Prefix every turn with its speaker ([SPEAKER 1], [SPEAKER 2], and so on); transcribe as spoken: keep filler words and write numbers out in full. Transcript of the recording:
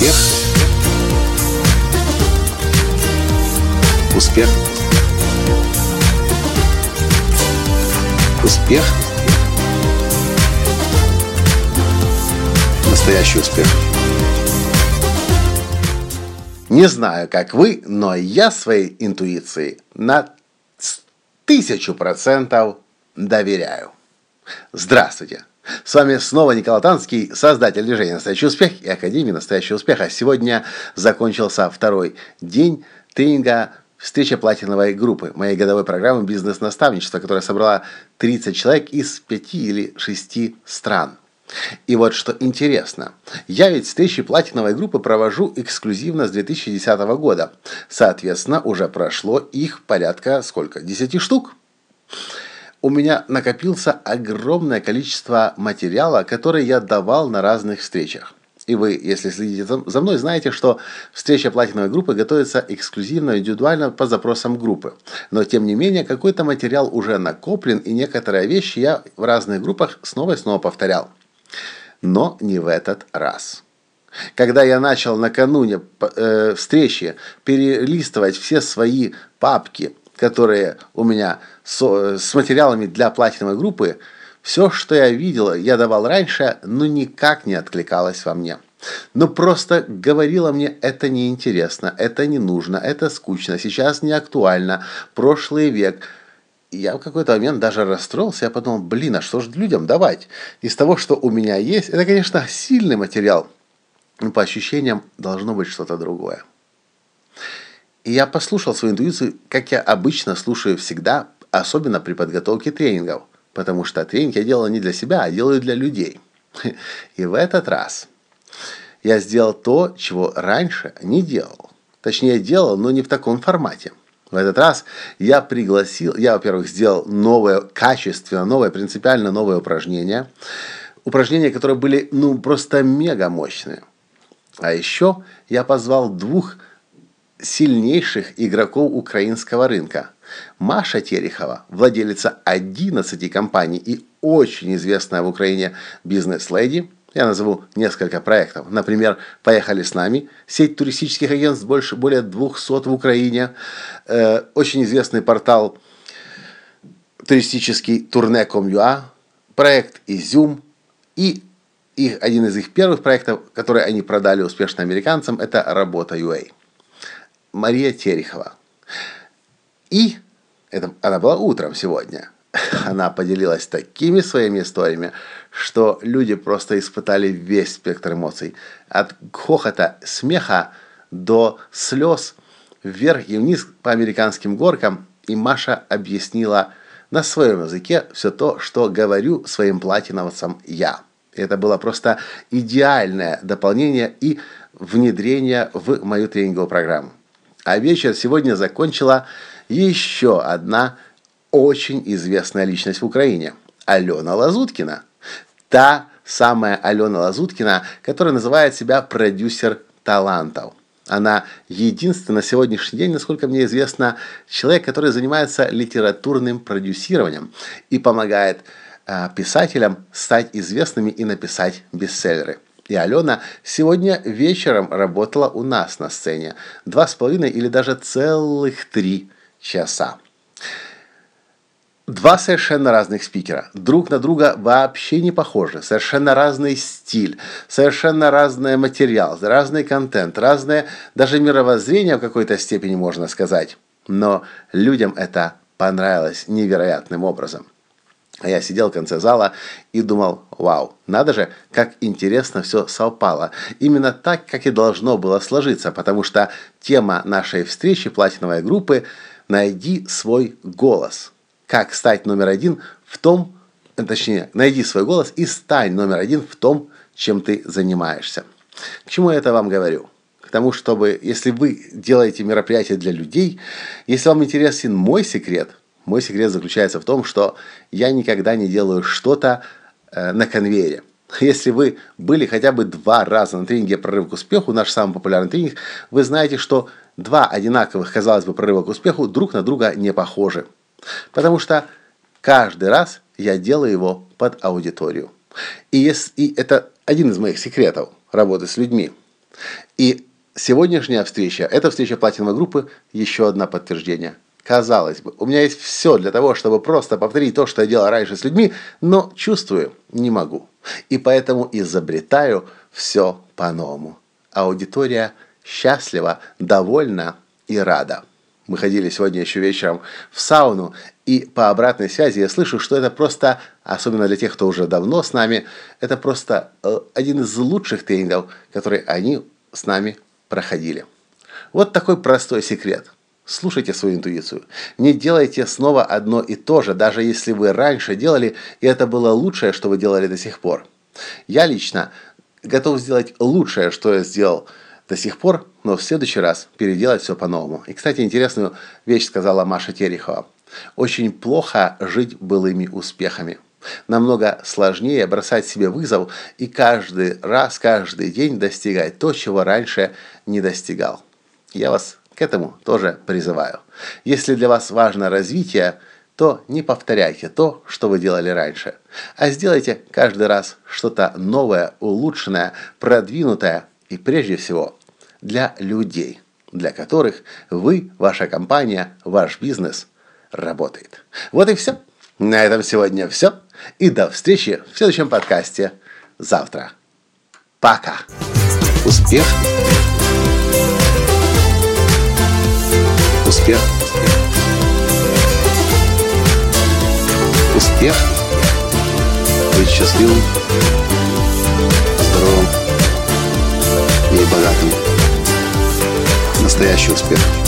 [SPEAKER 1] Успех. Успех. Успех. Настоящий успех. Не знаю, как вы, но я своей интуиции на тысячу процентов доверяю. Здравствуйте! С вами снова Николай Танский, создатель движения «Настоящий успех» и Академии «Настоящего успеха». Сегодня закончился второй день тренинга «Встреча платиновой группы» моей годовой программы «Бизнес-наставничество», которая собрала тридцать человек из пяти или шести стран. И вот что интересно, я ведь встречи платиновой группы провожу эксклюзивно с две тысячи десятого года. Соответственно, уже прошло их порядка сколько? десяти штук. У меня накопился огромное количество материала, который я давал на разных встречах. И вы, если следите за мной, знаете, что встреча платиновой группы готовится эксклюзивно, индивидуально по запросам группы. Но, тем не менее, какой-то материал уже накоплен, и некоторые вещи я в разных группах снова и снова повторял. Но не в этот раз. Когда я начал накануне э, встречи перелистывать все свои папки, которые у меня со, с материалами для платиновой группы, все, что я видел, я давал раньше, но никак не откликалось во мне. Но просто говорило мне, это неинтересно, это не нужно, это скучно, сейчас не актуально, прошлый век. Я в какой-то момент даже расстроился, я подумал, блин, а что же людям давать? Из того, что у меня есть, это, конечно, сильный материал, но по ощущениям должно быть что-то другое. И я послушал свою интуицию, как я обычно слушаю всегда, особенно при подготовке тренингов. Потому что тренинг я делаю не для себя, а делаю для людей. И в этот раз я сделал то, чего раньше не делал. Точнее, делал, но не в таком формате. В этот раз я пригласил, я, во-первых, сделал новое, качественно новое, принципиально новое упражнение. Упражнения, которые были, ну, просто мега мощные. А еще я позвал двух сильнейших игроков украинского рынка. Маша Терехова, владелица одиннадцати компаний и очень известная в Украине бизнес-леди. Я назову несколько проектов. Например, «Поехали с нами», сеть туристических агентств больше, более двухсот в Украине, э, очень известный портал туристический турне точка ком точка ю а, проект «Изюм» и их, один из их первых проектов, который они продали успешно американцам, это «Работа точка ю а». Мария Терехова. И это, она была утром сегодня. Она поделилась такими своими историями, что люди просто испытали весь спектр эмоций. От хохота, смеха до слез, вверх и вниз по американским горкам. И Маша объяснила на своем языке все то, что говорю своим платиновцам я. Это было просто идеальное дополнение и внедрение в мою тренинговую программу. А вечер сегодня закончила еще одна очень известная личность в Украине. Алена Лазуткина. Та самая Алена Лазуткина, которая называет себя продюсер талантов. Она единственный на сегодняшний день, насколько мне известно, человек, который занимается литературным продюсированием и помогает э, писателям стать известными и написать бестселлеры. И Алена сегодня вечером работала у нас на сцене. Два с половиной или даже целых три часа. Два совершенно разных спикера. Друг на друга вообще не похожи. Совершенно разный стиль, совершенно разный материал, разный контент, разное даже мировоззрение в какой-то степени, можно сказать. Но людям это понравилось невероятным образом. А я сидел в конце зала и думал, вау, надо же, как интересно все совпало. Именно так, как и должно было сложиться, потому что тема нашей встречи платиновой группы «Найди свой голос». Как стать номер один в том, точнее, найди свой голос и стань номер один в том, чем ты занимаешься. К чему я это вам говорю? К тому, чтобы, если вы делаете мероприятия для людей, если вам интересен мой секрет, мой секрет заключается в том, что я никогда не делаю что-то э, на конвейере. Если вы были хотя бы два раза на тренинге «Прорыв к успеху», наш самый популярный тренинг, вы знаете, что два одинаковых, казалось бы, прорыва к успеху друг на друга не похожи. Потому что каждый раз я делаю его под аудиторию. И, если, и это один из моих секретов работы с людьми. И сегодняшняя встреча, эта встреча платиновой группы, еще одно подтверждение. Казалось бы, у меня есть все для того, чтобы просто повторить то, что я делал раньше с людьми, но чувствую, не могу. И поэтому изобретаю все по-новому. Аудитория счастлива, довольна и рада. Мы ходили сегодня еще вечером в сауну, и по обратной связи я слышу, что это просто, особенно для тех, кто уже давно с нами, это просто один из лучших тренингов, которые они с нами проходили. Вот такой простой секрет. Слушайте свою интуицию. Не делайте снова одно и то же, даже если вы раньше делали, и это было лучшее, что вы делали до сих пор. Я лично готов сделать лучшее, что я сделал до сих пор, но в следующий раз переделать все по-новому. И, кстати, интересную вещь сказала Маша Терехова. Очень плохо жить былыми успехами. Намного сложнее бросать себе вызов и каждый раз, каждый день достигать то, чего раньше не достигал. Я вас к этому тоже призываю. Если для вас важно развитие, то не повторяйте то, что вы делали раньше, а сделайте каждый раз что-то новое, улучшенное, продвинутое и прежде всего для людей, для которых вы, ваша компания, ваш бизнес работает. Вот и все. На этом сегодня все. И до встречи в следующем подкасте завтра. Пока. Успех. Успех. Успех. Быть счастливым, здоровым и богатым. Настоящий успех.